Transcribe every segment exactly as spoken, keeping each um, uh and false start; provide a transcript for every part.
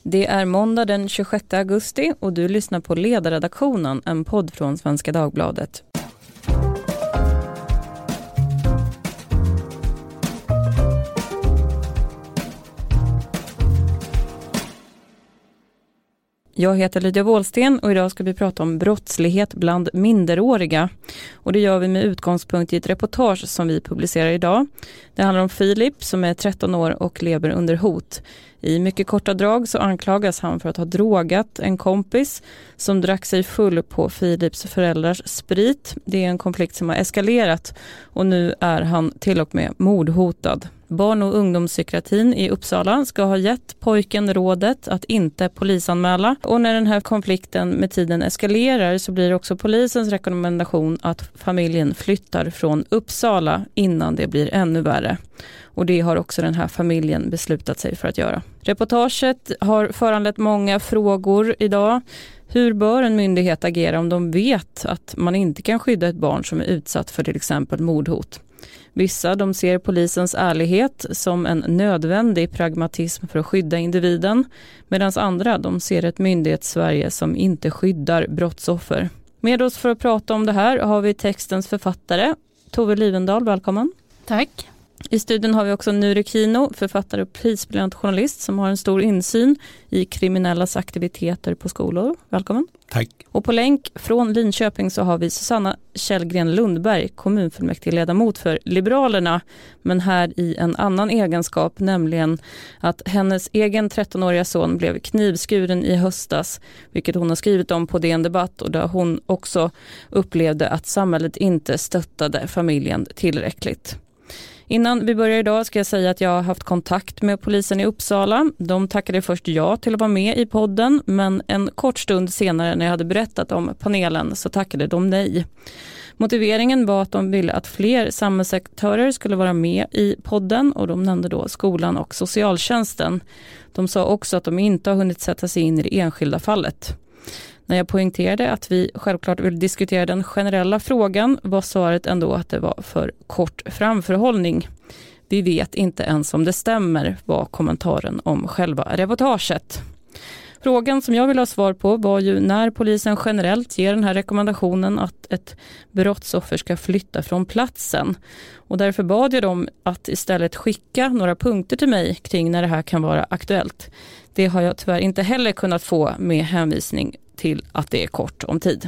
Det är måndag den tjugosjätte augusti och du lyssnar på Ledarredaktionen, en podd från Svenska Dagbladet. Jag heter Lydia Wåhlsten och idag ska vi prata om brottslighet bland minderåriga. Och det gör vi med utgångspunkt i ett reportage som vi publicerar idag. Det handlar om Filip som är tretton år och lever under hot. I mycket korta drag så anklagas han för att ha drogat en kompis som drack sig full på Filips föräldrars sprit. Det är en konflikt som har eskalerat och nu är han till och med mordhotad. Barn- och ungdomspsykiatrin i Uppsala ska ha gett pojken rådet att inte polisanmäla. Och när den här konflikten med tiden eskalerar så blir också polisens rekommendation att familjen flyttar från Uppsala innan det blir ännu värre. Och det har också den här familjen beslutat sig för att göra. Reportaget har föranlett många frågor idag. Hur bör en myndighet agera om de vet att man inte kan skydda ett barn som är utsatt för till exempel mordhot? Vissa de ser polisens ärlighet som en nödvändig pragmatism för att skydda individen, medan andra de ser ett myndighets-Sverige som inte skyddar brottsoffer. Med oss för att prata om det här har vi textens författare, Tove Livendal, välkommen. Tack. I studion har vi också Nuri Kino, författare och prisbelönad journalist som har en stor insyn i kriminellas aktiviteter på skolor. Välkommen. Tack. Och på länk från Linköping så har vi Susanna Kjellgren Lundberg, kommunfullmäktigeledamot för Liberalerna, men här i en annan egenskap, nämligen att hennes egen trettonåriga son blev knivskuren i höstas, vilket hon har skrivit om på D N Debatt, och där hon också upplevde att samhället inte stöttade familjen tillräckligt. Innan vi börjar idag ska jag säga att jag har haft kontakt med polisen i Uppsala. De tackade först ja till att vara med i podden, men en kort stund senare när jag hade berättat om panelen så tackade de nej. Motiveringen var att de ville att fler samhällsaktörer skulle vara med i podden, och de nämnde då skolan och socialtjänsten. De sa också att de inte har hunnit sätta sig in i det enskilda fallet. När jag poängterade att vi självklart vill diskutera den generella frågan var svaret ändå att det var för kort framförhållning. Vi vet inte ens om det stämmer, var kommentaren om själva reportaget. Frågan som jag vill ha svar på var ju när polisen generellt ger den här rekommendationen att ett brottsoffer ska flytta från platsen. Och därför bad jag dem att istället skicka några punkter till mig kring när det här kan vara aktuellt. Det har jag tyvärr inte heller kunnat få med hänvisning till att det är kort om tid.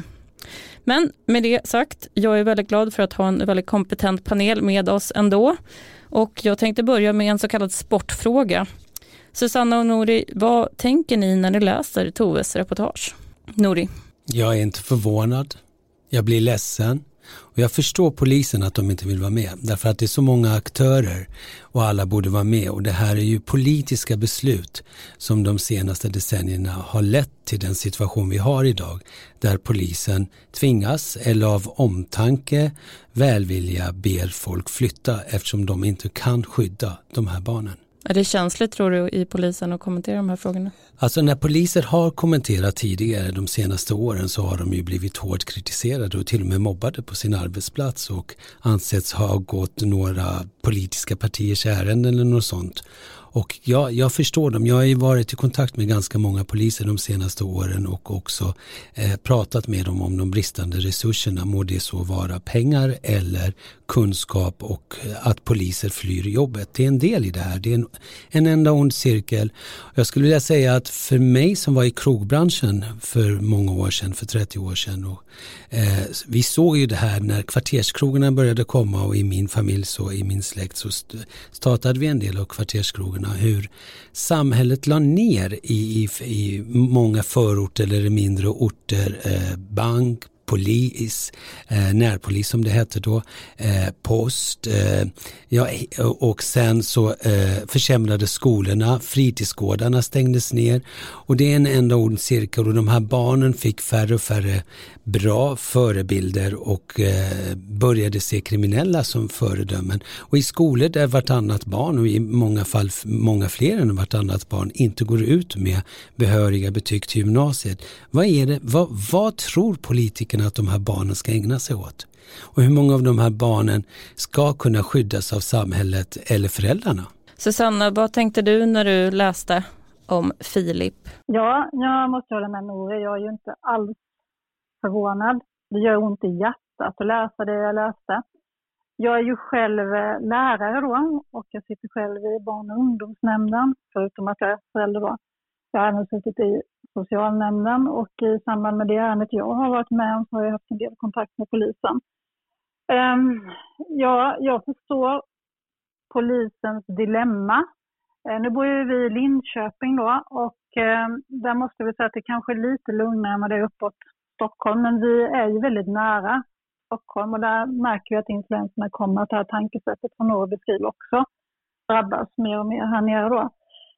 Men med det sagt, jag är väldigt glad för att ha en väldigt kompetent panel med oss ändå. Och jag tänkte börja med en så kallad sportfråga. Susanna och Nuri, vad tänker ni när ni läser Toves reportage? Nuri? Jag är inte förvånad. Jag blir ledsen. Och jag förstår polisen att de inte vill vara med. Därför att det är så många aktörer och alla borde vara med. Och det här är ju politiska beslut som de senaste decennierna har lett till den situation vi har idag. Där polisen tvingas eller av omtanke, välvilja ber folk flytta eftersom de inte kan skydda de här barnen. Är det känsligt, tror du, i polisen att kommentera de här frågorna? Alltså när poliser har kommenterat tidigare de senaste åren så har de ju blivit hårt kritiserade och till och med mobbade på sin arbetsplats och ansetts ha gått några politiska partiers ärenden eller något sånt. Och jag, jag förstår dem. Jag har ju varit i kontakt med ganska många poliser de senaste åren och också eh, pratat med dem om de bristande resurserna. Må det så vara pengar eller kunskap och att poliser flyr jobbet. Det är en del i det här. Det är en, en enda ond cirkel. Jag skulle vilja säga att för mig som var i krogbranschen för många år sedan, för trettio år sedan. Och, eh, vi såg ju det här när kvarterskrogarna började komma och i min familj så i min släkt så startade vi en del av kvarterskrogarna. Hur samhället la ner i, i, i många förorter eller mindre orter eh, bank, polis, eh, närpolis som det hette då, eh, post eh, ja, och sen så eh, försämrade skolorna, fritidsgårdarna stängdes ner och det är en enda ond cirkel och de här barnen fick färre och färre bra förebilder och eh, började se kriminella som föredömen. Och i skolor där vartannat barn och i många fall många fler än vartannat barn inte går ut med behöriga betyg till gymnasiet. Vad är det, vad, vad tror politikerna att de här barnen ska ägna sig åt? Och hur många av de här barnen ska kunna skyddas av samhället eller föräldrarna? Susanna, vad tänkte du när du läste om Filip. Ja, jag måste hålla med Nore. Jag är ju inte alls förvånad. Det gör ont i hjärtat att läsa det jag läste. Jag är ju själv lärare då och jag sitter själv i barn- och ungdomsnämnden, förutom att jag är förälder då. Jag har även suttit i socialnämnden och i samband med det ärendet jag har varit med om så har jag haft en del kontakt med polisen. Um, ja, jag förstår polisens dilemma. Uh, nu bor ju vi i Linköping då och uh, där måste vi säga att det kanske är lite lugnare med det uppåt Stockholm, men vi är ju väldigt nära Stockholm och där märker vi att influenserna kommer att det här tankesättet som Nora beskriver också drabbas mer och mer här nere då.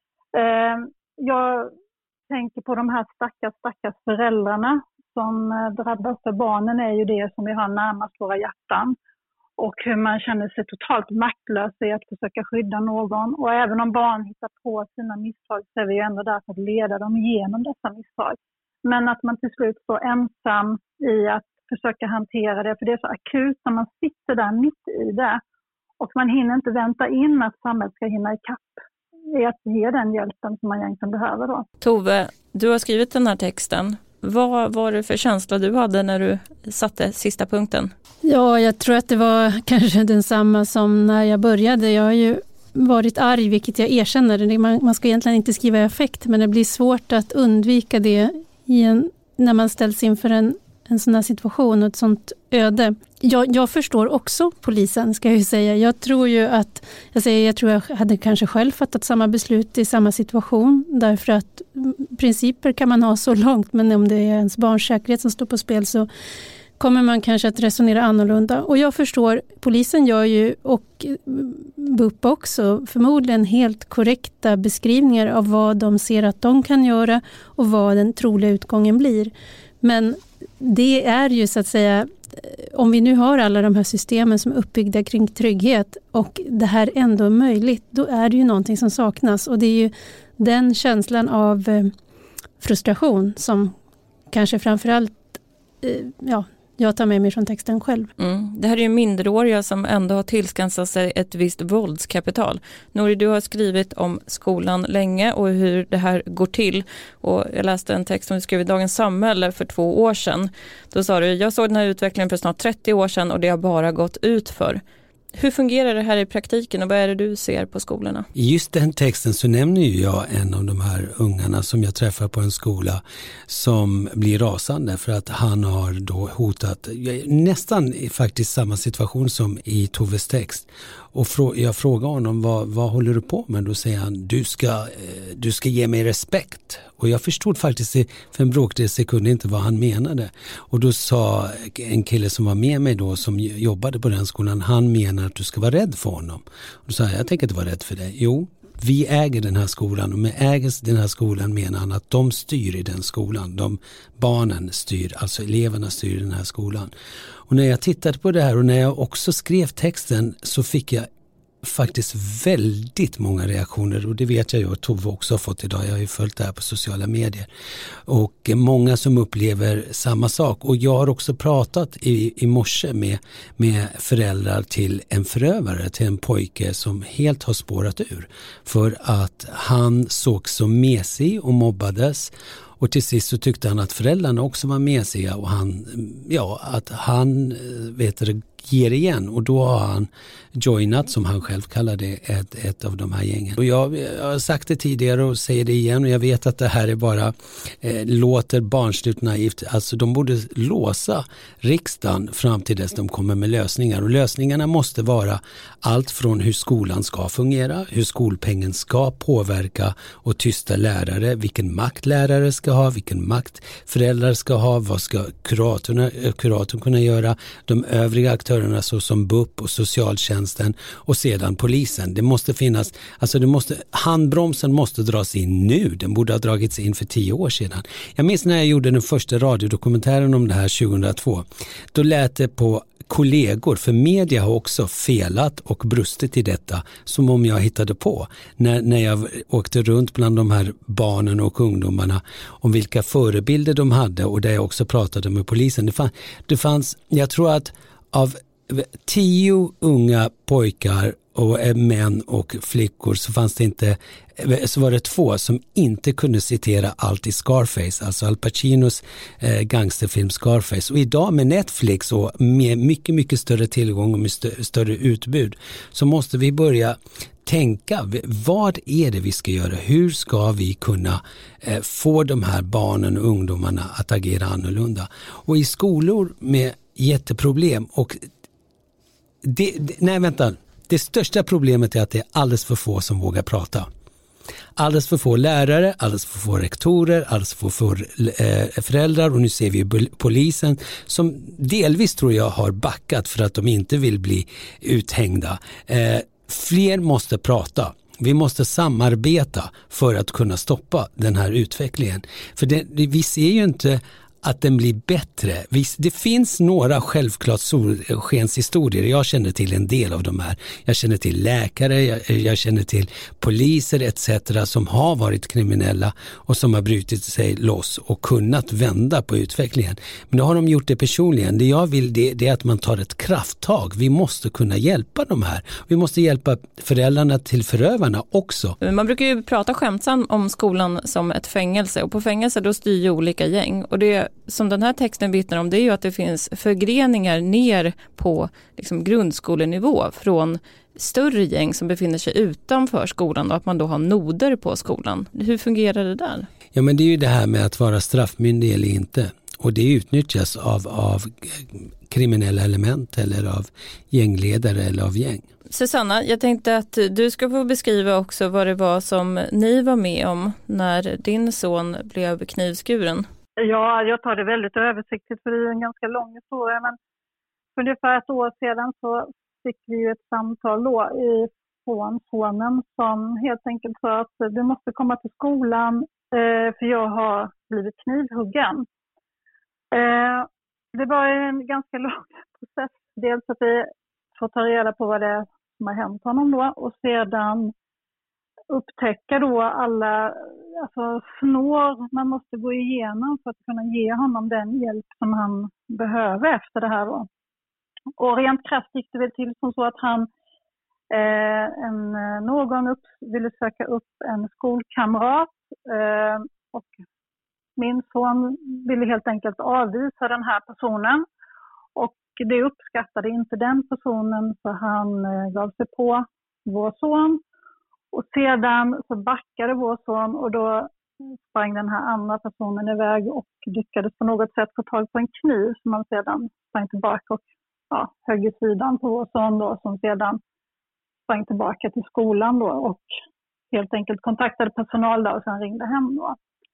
Uh, jag tänker på de här stackars, stackars föräldrarna som drabbas, för barnen är ju det som vi har närmast våra hjärtan. Och hur man känner sig totalt maktlös i att försöka skydda någon. Och även om barn hittar på sina misstag så är vi ju ändå där för att leda dem igenom dessa misstag. Men att man till slut står ensam i att försöka hantera det, för det är så akut när man sitter där mitt i det. Och man hinner inte vänta in att samhället ska hinna ikapp i att ge den hjälpen som man egentligen behöver då. Tove, du har skrivit den här texten. Vad var det för känsla du hade när du satte sista punkten? Ja, jag tror att det var kanske densamma som när jag började. Jag har ju varit arg, vilket jag erkänner. Man, man ska egentligen inte skriva i affekt, men det blir svårt att undvika det i en, när man ställs inför en, en sån här situation och ett sånt öde. Jag, jag förstår också polisen, ska jag ju säga. Jag tror ju att, jag säger, jag tror jag hade kanske själv fattat samma beslut i samma situation. Därför att principer kan man ha så långt, men om det är ens barns säkerhet som står på spel så kommer man kanske att resonera annorlunda. Och jag förstår, polisen gör ju, och B U P också, förmodligen helt korrekta beskrivningar av vad de ser att de kan göra och vad den troliga utgången blir. Men det är ju så att säga, om vi nu har alla de här systemen som är uppbyggda kring trygghet och det här ändå är möjligt, då är det ju någonting som saknas. Och det är ju den känslan av frustration som kanske framförallt, ja, jag tar med mig från texten själv. Mm. Det här är ju minderåriga som ändå har tillskansat sig ett visst våldskapital. Nori, du har skrivit om skolan länge och hur det här går till. Och jag läste en text som du skrev i Dagens Samhälle för två år sedan. Då sa du, jag såg den här utvecklingen för snart trettio år sedan och det har bara gått ut för. Hur fungerar det här i praktiken och vad är det du ser på skolorna? I just den texten så nämner ju jag en av de här ungarna som jag träffar på en skola som blir rasande för att han har då hotat, nästan faktiskt samma situation som i Toves text. Och jag frågar honom, vad, vad håller du på med? Då säger han, du ska, du ska ge mig respekt. Och jag förstod faktiskt för en bråkdel sekund inte vad han menade. Och då sa en kille som var med mig då, som jobbade på den skolan, han menar att du ska vara rädd för honom. Och då sa jag, jag tänker inte vara rädd för dig. Jo, vi äger den här skolan och med äger den här skolan menar han att de styr i den skolan. De barnen styr, alltså eleverna styr i den här skolan. Och när jag tittade på det här och när jag också skrev texten så fick jag faktiskt väldigt många reaktioner och det vet jag ju att Tove också har fått idag. Jag har ju följt det här på sociala medier. Och många som upplever samma sak. Och jag har också pratat i, i morse med, med föräldrar till en förövare, till en pojke som helt har spårat ur. För att han såg så mesig och mobbades. Och till sist så tyckte han att föräldrarna också var mesiga och han, ja, att han vet det, ger igen. Och då har han joinat, som han själv kallar det, ett, ett av de här gängen. Och jag, jag har sagt det tidigare och säger det igen och jag vet att det här är bara eh, låter barnsligt naivt. Alltså de borde låsa riksdagen fram till dess de kommer med lösningar. Och lösningarna måste vara allt från hur skolan ska fungera, hur skolpengen ska påverka och tysta lärare, vilken makt lärare ska ha, vilken makt föräldrar ska ha, vad ska kuratorn, kuratorn kunna göra, de övriga aktörerna såsom B U P och socialtjänsten och sedan polisen. Det måste finnas, alltså det måste, handbromsen måste dras in nu. Den borde ha dragits in för tio år sedan. Jag minns när jag gjorde den första radiodokumentären om det här tjugohundratvå. Då lät det på kollegor, för media har också felat och brustit i detta som om jag hittade på. När, när jag åkte runt bland de här barnen och ungdomarna om vilka förebilder de hade och där jag också pratade med polisen. Det fanns, det fanns jag tror att av tio unga pojkar och män och flickor så fanns det inte, så var det två som inte kunde citera allt i Scarface, alltså Al Pacinos eh, gangsterfilm Scarface. Och idag med Netflix och med mycket, mycket större tillgång och med st- större utbud så måste vi börja tänka, vad är det vi ska göra? Hur ska vi kunna eh, få de här barnen och ungdomarna att agera annorlunda? Och i skolor med jätteproblem och det, det, nej vänta, det största problemet är att det är alldeles för få som vågar prata. Alldeles för få lärare, alldeles för få rektorer, alldeles för få eh, föräldrar och nu ser vi polisen som delvis tror jag har backat för att de inte vill bli uthängda. Eh, fler måste prata. Vi måste samarbeta för att kunna stoppa den här utvecklingen. För det, det, vi ser ju inte att den blir bättre. Det finns några självklart solskenshistorier. Jag känner till en del av de här. Jag känner till läkare, jag, jag känner till poliser et cetera som har varit kriminella och som har brutit sig loss och kunnat vända på utvecklingen. Men då har de gjort det personligen. Det jag vill det, det är att man tar ett krafttag. Vi måste kunna hjälpa de här. Vi måste hjälpa föräldrarna till förövarna också. Man brukar ju prata skämtsamt om skolan som ett fängelse och på fängelse då styr ju olika gäng och det som den här texten vittnar om det är ju att det finns förgreningar ner på liksom grundskolenivå från större gäng som befinner sig utanför skolan och att man då har noder på skolan. Hur fungerar det där? Ja men det är ju det här med att vara straffmyndig eller inte och det utnyttjas av, av kriminella element eller av gängledare eller av gäng. Susanna, jag tänkte att du ska få beskriva också vad det var som ni var med om när din son blev knivskuren. Ja, jag tar det väldigt översiktligt för det är en ganska lång historia. Men för ungefär ett år sedan så fick vi ju ett samtal då från sonen som helt enkelt sa att du måste komma till skolan eh, för jag har blivit knivhuggen. Eh, det var en ganska lång process. Dels att vi får ta reda på vad det är som har hänt honom då och sedan upptäcka då alla alltså, snår man måste gå igenom för att kunna ge honom den hjälp som han behöver efter det här då. Och rent krasst gick det väl till som så att han eh, en, någon upp, ville söka upp en skolkamrat eh, och min son ville helt enkelt avvisa den här personen och det uppskattade inte den personen så han eh, gav sig på vår son. Och sedan så backade vår son och då sprang den här andra personen iväg och lyckades på något sätt få tag på en kniv som man sedan sprang tillbaka och ja, högg i sidan på vår son då som sedan sprang tillbaka till skolan då och helt enkelt kontaktade personal där och sen ringde hem då.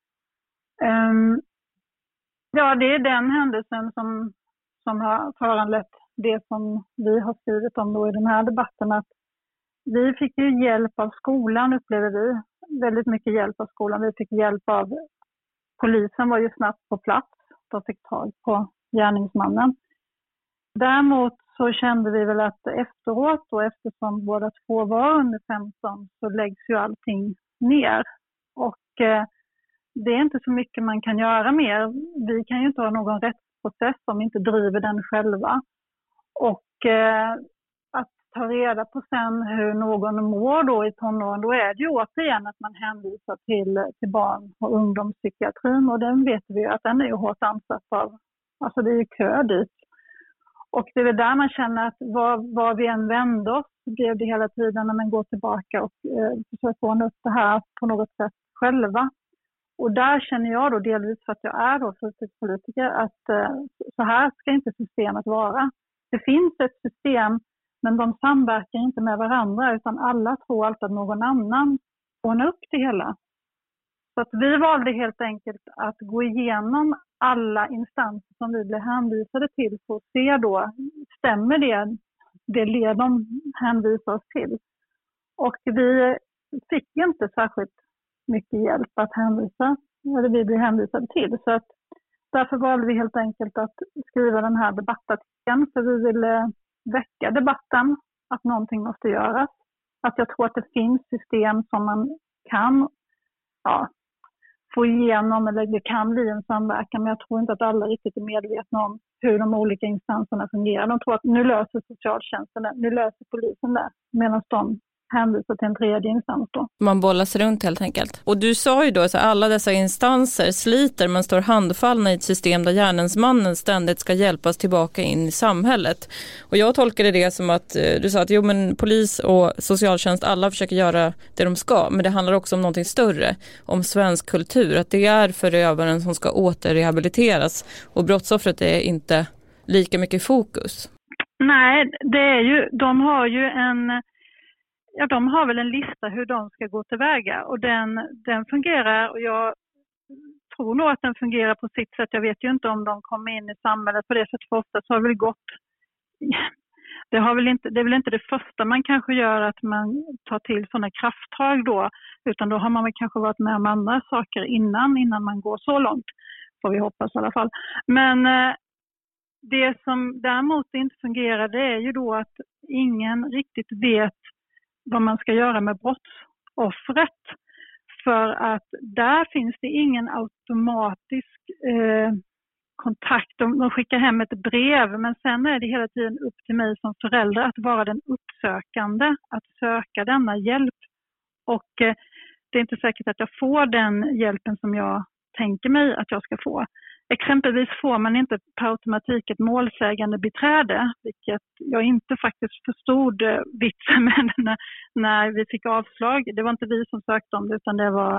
Um, ja, det är den händelsen som, som har föranlett det som vi har skrivit om då i den här debatten att vi fick ju hjälp av skolan upplever vi. Väldigt mycket hjälp av skolan. Vi fick hjälp av polisen var ju snabbt på plats. De fick tag på gärningsmannen. Däremot så kände vi väl att efteråt och eftersom båda två var under femton så läggs ju allting ner. Och eh, det är inte så mycket man kan göra mer. Vi kan ju inte ha någon rättsprocess om vi inte driver den själva. Och eh, ta reda på sen hur någon mår då i tonåren, då är det ju återigen att man hänvisar till, till barn- och ungdomspsykiatrin och den vet vi ju att den är ju hårt ansatt av, alltså det är ju kö dit. Och det är väl där man känner att var, var vi än vänder oss blev det hela tiden när man går tillbaka och eh, försöker ordna upp det här på något sätt själva. Och där känner jag då delvis för att jag är då fritidspolitiker att eh, så här ska inte systemet vara. Det finns ett system men de samverkar inte med varandra utan alla tror alltid att någon annan ordnar upp det hela. Så att vi valde helt enkelt att gå igenom alla instanser som vi blev hänvisade till för att se då, stämmer det, det led de hänvisar oss till. Och vi fick inte särskilt mycket hjälp att hänvisa, eller vi blev hänvisade till. Så att därför valde vi helt enkelt att skriva den här debattartikeln för vi ville väcka debatten att någonting måste göras. Att jag tror att det finns system som man kan ja, få igenom, eller det kan bli en samverkan, men jag tror inte att alla riktigt är medvetna om hur de olika instanserna fungerar. De tror att nu löser socialtjänsten det, nu löser polisen det, medan de hänvisar till en tredje instans då. Man bollas runt helt enkelt. Och du sa ju då att alla dessa instanser sliter men står handfallna i ett system där gärningsmannen ständigt ska hjälpas tillbaka in i samhället. Och jag tolkade det som att du sa att jo, men polis och socialtjänst, alla försöker göra det de ska, men det handlar också om någonting större, om svensk kultur, att det är förövaren som ska återrehabiliteras och brottsoffret är inte lika mycket fokus. Nej, det är ju, de har ju en Ja, de har väl en lista hur de ska gå tillväga, och den, den fungerar, och jag tror nog att den fungerar på sitt sätt. Jag vet ju inte om de kommer in i samhället på det sättet, för ofta så har det väl gått. Det, har väl inte, det är väl inte det första man kanske gör, att man tar till sådana krafttag då, utan då har man väl kanske varit med om andra saker innan, innan man går så långt, får vi hoppas i alla fall. Men eh, det som däremot inte fungerar, det är ju då att ingen riktigt vet vad man ska göra med brottsoffret. För att där finns det ingen automatisk eh, kontakt. De, de skickar hem ett brev, men sen är det hela tiden upp till mig som förälder att vara den uppsökande, att söka denna hjälp. Och eh, det är inte säkert att jag får den hjälpen som jag tänker mig att jag ska få. Exempelvis får man inte per automatik ett målsägande beträde, vilket jag inte faktiskt förstod vitsen med när, när vi fick avslag. Det var inte vi som sökte om det, utan det var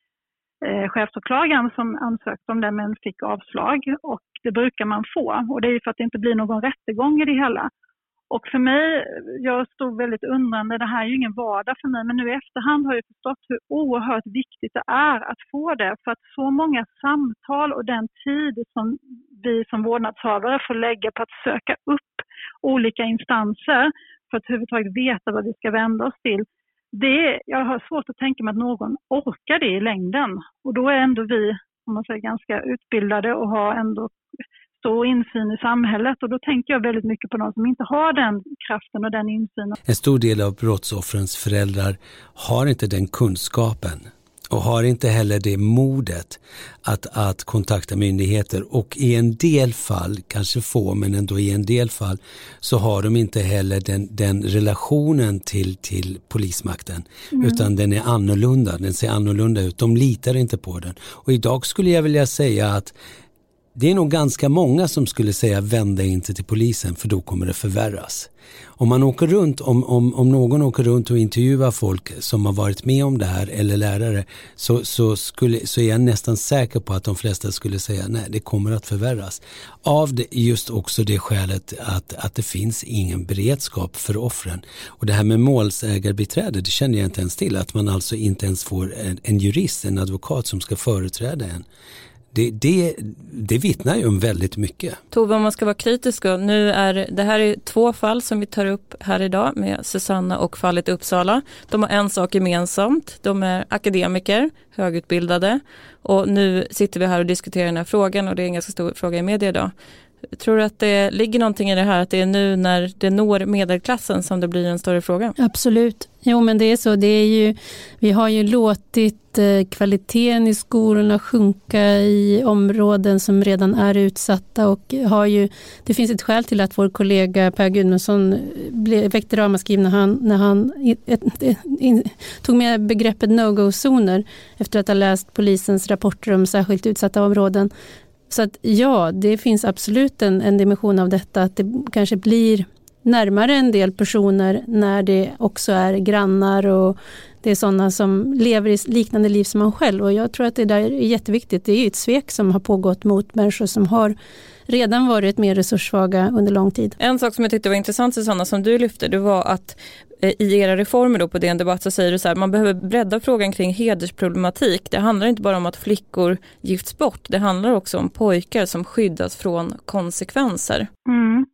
eh, chefsåklagaren som ansökte om det men fick avslag, och det brukar man få. Och det är ju för att det inte blir någon rättegång i det hela. Och för mig, jag stod väldigt undrande, det här är ju ingen vardag för mig, men nu i efterhand har jag förstått hur oerhört viktigt det är att få det. För att så många samtal och den tid som vi som vårdnadshavare får lägga på att söka upp olika instanser för att överhuvudtaget veta vad vi ska vända oss till. Det, jag har svårt att tänka mig att någon orkar det i längden. Och då är ändå vi, om man säger, ganska utbildade och har ändå och insyn i samhället, och då tänker jag väldigt mycket på de som inte har den kraften och den insynen. En stor del av brottsoffrens föräldrar har inte den kunskapen och har inte heller det modet att, att kontakta myndigheter, och i en del fall, kanske få, men ändå i en del fall, så har de inte heller den, den relationen till, till polismakten, mm. utan den är annorlunda, den ser annorlunda ut, de litar inte på den. Och idag skulle jag vilja säga att det är nog ganska många som skulle säga vända inte till polisen, för då kommer det förvärras. Om man åker runt, om, om, om någon åker runt och intervjuar folk som har varit med om det här, eller lärare, så, så, skulle, så är jag nästan säker på att de flesta skulle säga nej, det kommer att förvärras. Av det, just också det skälet att, att det finns ingen beredskap för offren. Och det här med målsägarbiträde, det känner jag inte ens till, att man alltså inte ens får en, en jurist, en advokat som ska företräda en. Det, det, det vittnar ju om väldigt mycket. Tove, om man ska vara kritisk, nu är det här är två fall som vi tar upp här idag med Susanna och fallet Uppsala. De har en sak gemensamt. De är akademiker, högutbildade, och nu sitter vi här och diskuterar den här frågan, och det är en ganska stor fråga i media idag. Tror du att det ligger någonting i det här, att det är nu när det når medelklassen som det blir en större fråga? Absolut. Jo, men det är så. Det är ju, vi har ju låtit eh, kvaliteten i skolorna sjunka i områden som redan är utsatta, och har ju, det finns ett skäl till att vår kollega Per Gudmundsson blev, väckte ramaskri när han, när han ett, ett, in, tog med begreppet no-go-zoner efter att ha läst polisens rapporter om särskilt utsatta områden. Så att ja, det finns absolut en, en dimension av detta, att det kanske blir närmare en del personer när det också är grannar och det är sådana som lever i liknande liv som man själv. Och jag tror att det där är jätteviktigt. Det är ju ett svek som har pågått mot människor som har redan varit mer resurssvaga under lång tid. En sak som jag tyckte var intressant, Susanna, som du lyfte, det var att i era reformer då på D N Debatt så säger du så här, man behöver bredda frågan kring hedersproblematik. Det handlar inte bara om att flickor gifts bort, det handlar också om pojkar som skyddas från konsekvenser. Mm.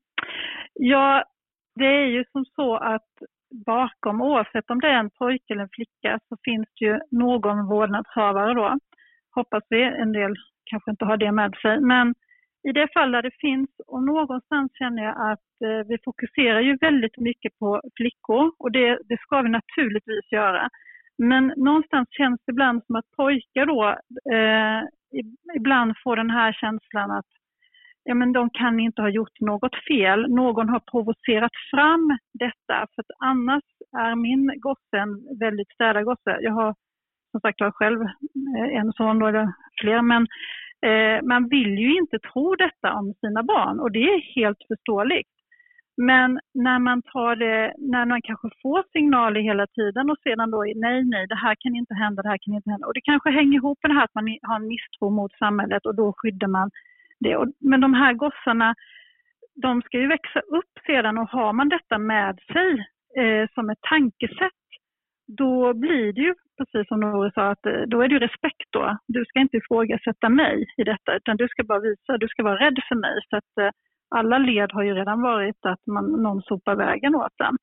Ja, det är ju som så att bakom, oavsett om det är en pojke eller en flicka, så finns det ju någon vårdnadshavare då. Hoppas vi, en del kanske inte har det med sig, men i det fall där det finns, och någonstans känner jag att eh, vi fokuserar ju väldigt mycket på flickor, och det, det ska vi naturligtvis göra. Men någonstans känns det ibland som att pojkar då eh, ibland får den här känslan att ja, men de kan inte ha gjort något fel. Någon har provocerat fram detta. För att annars är min gosse en väldigt städad gosse. Jag har som sagt jag själv en son eller fler. Men eh, man vill ju inte tro detta om sina barn. Och det är helt förståeligt. Men när man tar det, när man kanske får signaler hela tiden och sedan då nej, nej, det här kan inte hända, det här kan inte hända. Och det kanske hänger ihop med det här att man har en misstro mot samhället och då skyddar man det. Men de här gossarna, de ska ju växa upp sedan och har man detta med sig eh, som ett tankesätt, då blir det ju, precis som Nori sa, att då är det ju respekt då. Du ska inte ifrågasätta mig i detta, utan du ska bara visa, du ska vara rädd för mig. Så att eh, alla led har ju redan varit att man, någon sopar vägen åt den.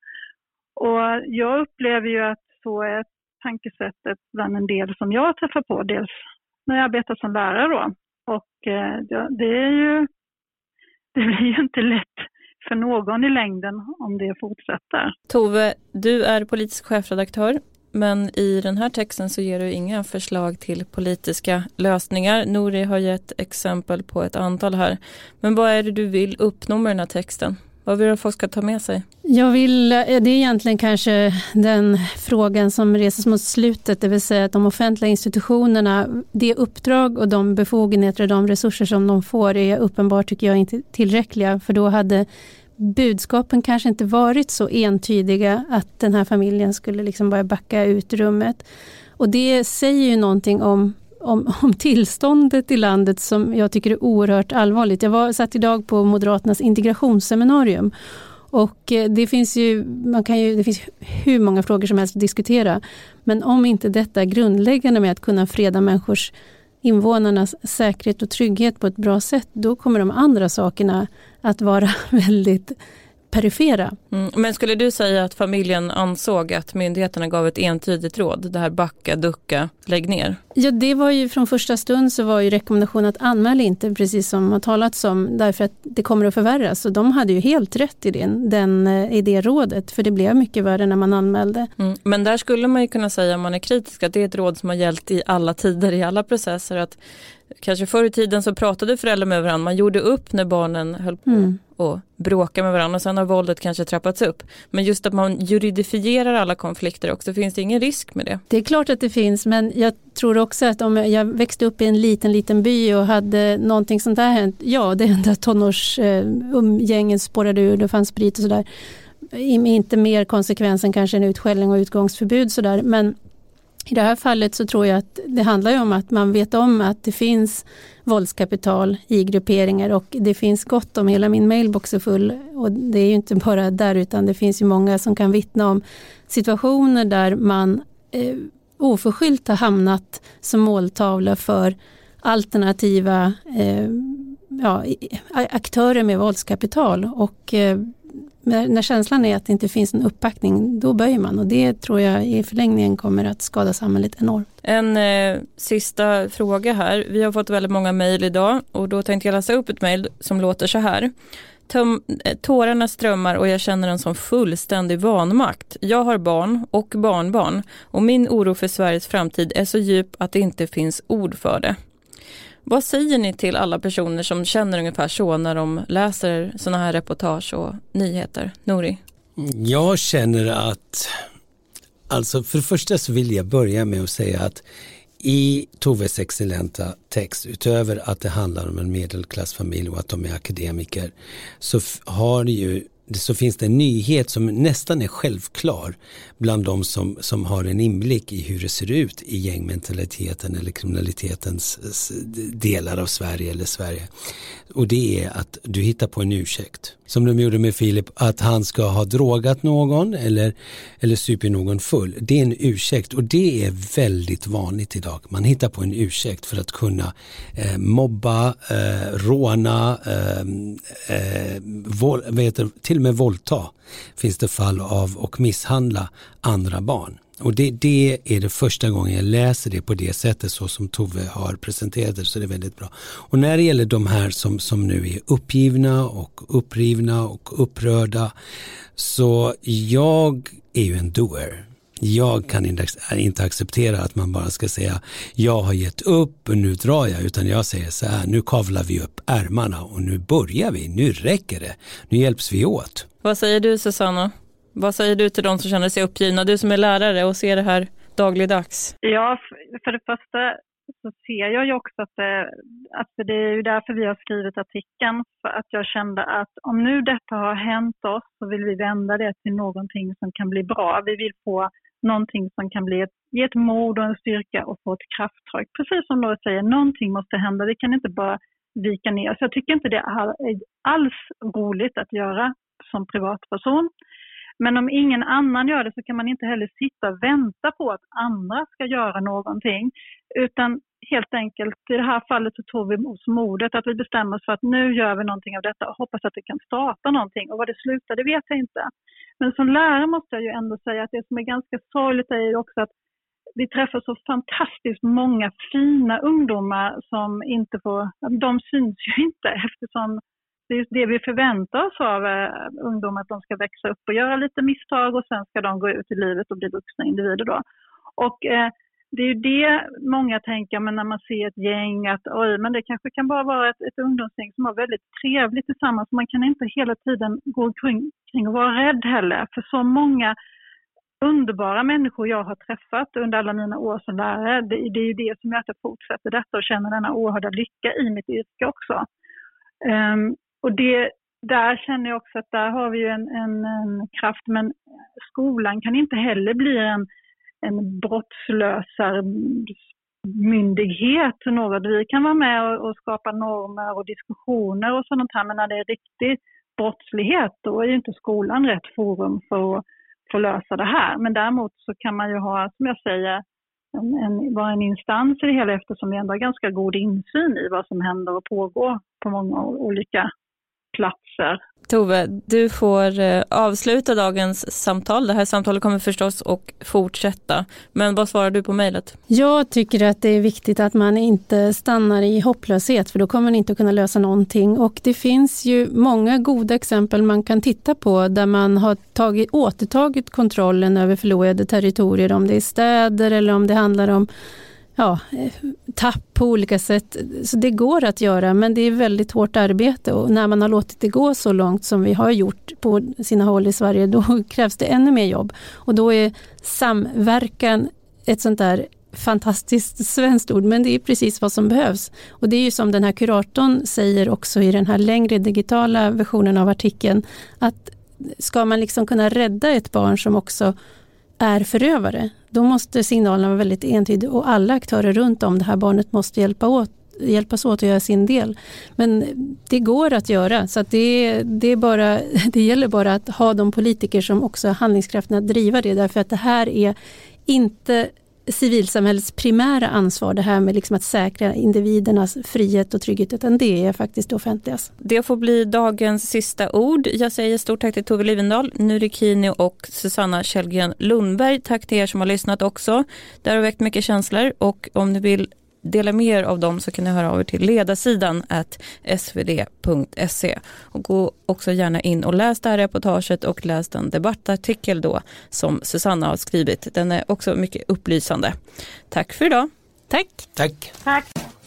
Och jag upplever ju att så är tankesättet bland en del som jag träffar på, dels när jag arbetar som lärare då. Och eh, det är ju, det blir ju inte lätt för någon i längden om det fortsätter. Tove, du är politisk chefredaktör, men i den här texten så ger du inga förslag till politiska lösningar. Nori har gett exempel på ett antal här. Men vad är det du vill uppnå med den här texten? Vad vill du att folk ska ta med sig? Jag vill, det är egentligen kanske den frågan som reses mot slutet, det vill säga att de offentliga institutionerna, det uppdrag och de befogenheter och de resurser som de får är uppenbart tycker jag inte tillräckliga, för då hade budskapen kanske inte varit så entydiga att den här familjen skulle liksom bara backa ut rummet. Och det säger ju någonting om Om, om tillståndet i landet som jag tycker är oerhört allvarligt. Jag var satt idag på Moderaternas integrationsseminarium och det finns ju, man kan ju, det finns hur många frågor som helst att diskutera. Men om inte detta grundläggande med att kunna freda människors, invånarnas säkerhet och trygghet på ett bra sätt, då kommer de andra sakerna att vara väldigt perifera. Mm, men skulle du säga att familjen ansåg att myndigheterna gav ett entydigt råd, det här backa, ducka, lägg ner? Ja, det var ju från första stund så var ju rekommendationen att anmäla inte, precis som har talats om, därför att det kommer att förvärras. Och de hade ju helt rätt i, den, den, i det rådet, för det blev mycket värre när man anmälde. Mm, men där skulle man ju kunna säga, om man är kritisk, att det är ett råd som har gällt i alla tider, i alla processer, att kanske förr i tiden så pratade föräldrar med varandra. Man gjorde upp när barnen höll på mm. och bråka med varandra. Och sen har våldet kanske trappats upp. Men just att man juridifierar alla konflikter också. Finns det ingen risk med det? Det är klart att det finns. Men jag tror också att om jag växte upp i en liten, liten by och hade någonting sånt där hänt. Ja, det enda tonårsumgängen spårade ur. Det fanns sprit och sådär. Inte mer konsekvens än kanske en utskällning och utgångsförbud sådär. Men i det här fallet så tror jag att det handlar ju om att man vet om att det finns våldskapital i grupperingar och det finns gott om, hela min mailbox är full, och det är ju inte bara där utan det finns ju många som kan vittna om situationer där man eh, oförskyllt har hamnat som måltavla för alternativa eh, ja, aktörer med våldskapital och eh, när känslan är att det inte finns en uppbackning, då böjer man. Och det tror jag i förlängningen kommer att skada samhället enormt. En eh, sista fråga här. Vi har fått väldigt många mejl idag och då tänkte jag läsa upp ett mejl som låter så här. Tom, tårarna strömmar och jag känner en sån fullständig vanmakt. Jag har barn och barnbarn och min oro för Sveriges framtid är så djup att det inte finns ord för det. Vad säger ni till alla personer som känner ungefär så när de läser såna här reportage och nyheter? Nori? Jag känner att, alltså för det första så vill jag börja med att säga att i Toves excellenta text, utöver att det handlar om en medelklassfamilj och att de är akademiker, så har det ju så finns det en nyhet som nästan är självklar bland de som, som har en inblick i hur det ser ut i gängmentaliteten eller kriminalitetens delar av Sverige eller Sverige. Och det är att du hittar på en ursäkt. Som de gjorde med Filip, att han ska ha drogat någon eller, eller super någon full. Det är en ursäkt och det är väldigt vanligt idag. Man hittar på en ursäkt för att kunna eh, mobba, eh, råna, eh, eh, våld, vet du, till och med våldta finns det fall av och misshandla andra barn. Och det, det är det första gången jag läser det på det sättet så som Tove har presenterat det, så det är väldigt bra. Och när det gäller de här som, som nu är uppgivna och upprivna och upprörda, så jag är ju en doer. Jag kan inte acceptera att man bara ska säga jag har gett upp och nu drar jag, utan jag säger så här, nu kavlar vi upp ärmarna och nu börjar vi, nu räcker det, nu hjälps vi åt. Vad säger du, Susanna? Vad säger du till de som känner sig uppgivna? Du som är lärare och ser det här dagligdags. Ja, för det första så ser jag ju också att det, att det är ju därför vi har skrivit artikeln. För att jag kände att om nu detta har hänt oss så vill vi vända det till någonting som kan bli bra. Vi vill få någonting som kan bli ett, ge ett mod och en styrka och få ett krafttag. Precis som du säger, någonting måste hända. Vi kan inte bara vika ner. Så jag tycker inte det är alls roligt att göra som privatperson. Men om ingen annan gör det så kan man inte heller sitta och vänta på att andra ska göra någonting. Utan helt enkelt, i det här fallet så tog vi oss modet att vi bestämmer oss för att nu gör vi någonting av detta och hoppas att det kan starta någonting. Och vad det slutar, det vet jag inte. Men som lärare måste jag ju ändå säga att det som är ganska sorgligt är ju också att vi träffar så fantastiskt många fina ungdomar som inte får, de syns ju inte eftersom det är det vi förväntar oss av ungdomar, att de ska växa upp och göra lite misstag och sen ska de gå ut i livet och bli vuxna individer då. Och eh, det är ju det många tänker, men när man ser ett gäng att oj, men det kanske kan bara vara ett, ett ungdomsgäng som har väldigt trevligt tillsammans. Man kan inte hela tiden gå kring, kring och vara rädd heller, för så många underbara människor jag har träffat under alla mina år som lärare, det, det är ju det som gör att jag fortsätter detta och känner denna oerhörda lycka i mitt yrke också. Um, och det, där känner jag också att där har vi ju en, en, en kraft, men skolan kan inte heller bli en, en brottslösar myndighet. Något. Vi kan vara med och, och skapa normer och diskussioner och sånt här, men när det är riktig brottslighet då är ju inte skolan rätt forum för att, för att lösa det här. Men däremot så kan man ju ha, som jag säger, en, en, vara en instans i det hela, eftersom vi ändå har ganska god insyn i vad som händer och pågår på många olika platser. Tove, du får eh, avsluta dagens samtal. Det här samtalet kommer förstås att fortsätta. Men vad svarar du på mejlet? Jag tycker att det är viktigt att man inte stannar i hopplöshet, för då kommer man inte att kunna lösa någonting. Och det finns ju många goda exempel man kan titta på där man har tagit, återtagit kontrollen över förlorade territorier, om det är städer eller om det handlar om ja, tapp på olika sätt. Så det går att göra, men det är väldigt hårt arbete, och när man har låtit det gå så långt som vi har gjort på sina håll i Sverige, då krävs det ännu mer jobb. Och då är samverkan ett sånt där fantastiskt svenskt ord, men det är precis vad som behövs. Och det är ju som den här kuratorn säger också i den här längre digitala versionen av artikeln, att ska man liksom kunna rädda ett barn som också är förövare, då måste signalerna vara väldigt entydiga, och alla aktörer runt om det här barnet måste hjälpa åt, hjälpas åt att göra sin del. Men det går att göra, så att det, det, är bara, det gäller bara att ha de politiker som också har handlingskraften att driva det, därför att det här är inte civilsamhällets primära ansvar, det här med liksom att säkra individernas frihet och trygghet, utan det är faktiskt det offentligas. Det får bli dagens sista ord. Jag säger stort tack till Tove Livendal, Nuri Kini och Susanna Källgren Lundberg. Tack till er som har lyssnat också. Det har väckt mycket känslor, och om ni vill dela mer av dem så kan ni höra av er till ledarsidan at s v d punkt se, och gå också gärna in och läs det här reportaget och läs den debattartikel då som Susanna har skrivit. Den är också mycket upplysande. Tack för idag. Tack. Tack. Tack.